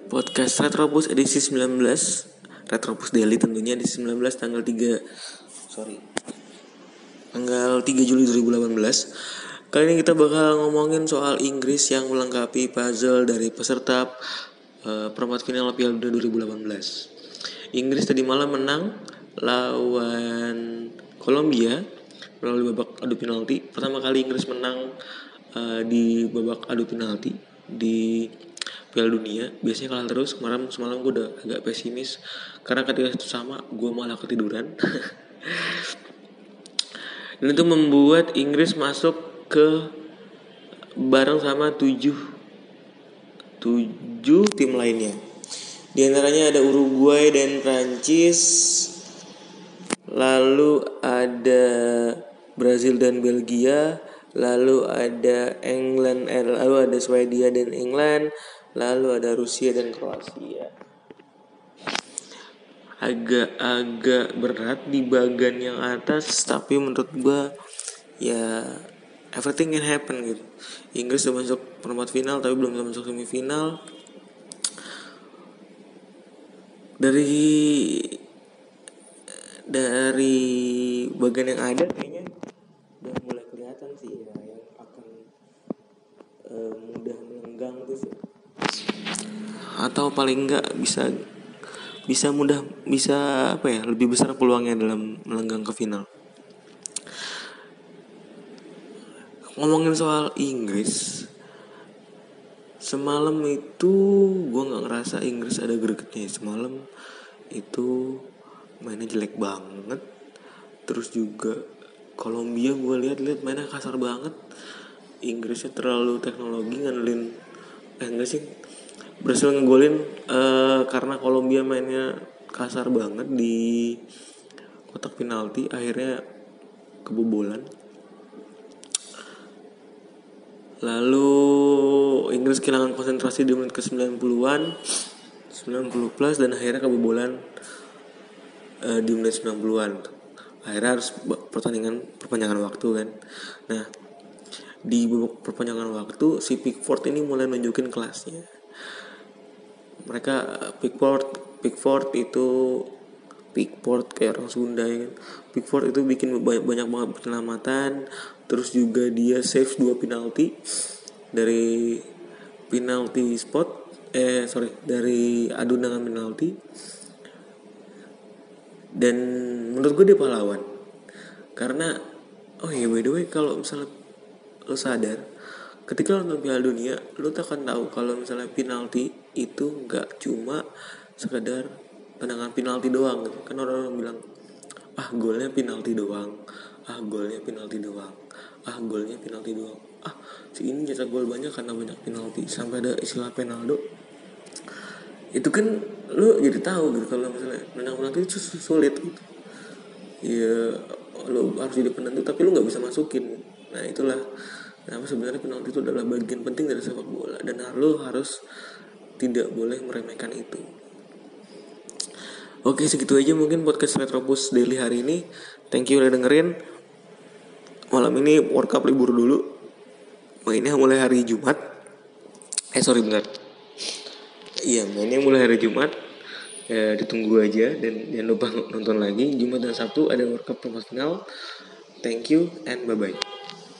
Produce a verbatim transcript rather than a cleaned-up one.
Podcast Retrobus edisi sembilan belas, Retrobus Daily tentunya edisi sembilan belas tanggal tiga sorry tanggal tiga Juli dua ribu delapan belas. Kali ini kita bakal ngomongin soal Inggris yang melengkapi puzzle dari peserta uh, perempat final Piala Dunia dua ribu delapan belas. Inggris tadi malam menang lawan Kolombia melalui babak adu penalti. Pertama kali Inggris menang uh, di babak adu penalti di Piala Dunia. Biasanya kalah terus. Kemarin semalam gue udah agak pesimis karena ketika itu sama gue malah ketiduran. Dan itu membuat Inggris masuk ke bareng sama tujuh tujuh tim lainnya. Di antaranya ada Uruguay dan Prancis, lalu ada Brazil dan Belgia, lalu ada England, eh, lalu ada Swedia dan England, lalu ada Rusia dan Kroasia. Agak-agak berat di bagian yang atas, tapi menurut gue ya everything can happen gitu. Inggris sudah masuk perempat final tapi belum masuk semifinal. Dari dari bagian yang ada kayaknya udah mulai kelihatan sih ya yang akan uh, mudah melenggang tuh sih. Atau paling enggak bisa bisa mudah bisa apa ya lebih besar peluangnya dalam melenggang ke final. Ngomongin soal Inggris, semalam itu gue nggak ngerasa Inggris ada gregetnya. Semalam itu mainnya jelek banget. Terus juga Kolombia gue lihat-lihat mainnya kasar banget. Inggrisnya terlalu teknologi ngandelin eh enggak sih berhasil ngegolin uh, karena Kolombia mainnya kasar banget di kotak penalti, akhirnya kebobolan. Lalu Inggris kehilangan konsentrasi di menit ke sembilan puluhan sembilan puluh plus dan akhirnya kebobolan uh, di menit sembilan puluhan. Akhirnya harus pertandingan perpanjangan waktu kan. Nah, di babak perpanjangan waktu si Pickford ini mulai nunjukin kelasnya. Mereka Pickford Pickford itu Pickford kayak orang Sunda ya kan. Pickford itu bikin banyak, banyak banget penyelamatan. Terus juga dia save dua penalti dari penalti spot eh sorry dari adu dengan penalti. Dan menurut gue dia pahlawan karena oh iya by the way kalau misalnya lo sadar ketika lo nonton Piala Dunia lo tak akan tahu kalau misalnya penalti itu nggak cuma sekedar tendangan penalti doang gitu. Kan orang-orang bilang ah golnya penalti doang ah golnya penalti doang ah golnya penalti doang ah si ini nyetak gol banyak karena banyak penalti sampai ada istilah penaldo. Itu kan lo jadi tahu gitu kalau misalnya menang penalti itu sulit gitu. Ya lo harus jadi penentu tapi lo nggak bisa masukin. Nah itulah kenapa sebenarnya penalti itu adalah bagian penting dari sepak bola dan lo harus tidak boleh meremehkan itu. Oke segitu aja mungkin podcast Retrobus Daily hari ini. Thank you udah dengerin. Malam ini World Cup libur dulu. Mainnya mulai hari Jumat. Eh sorry benar. Iya mainnya mulai hari Jumat. Ya, ditunggu aja dan jangan lupa nonton lagi Jumat dan Sabtu ada World Cup perempat final. Thank you and bye bye.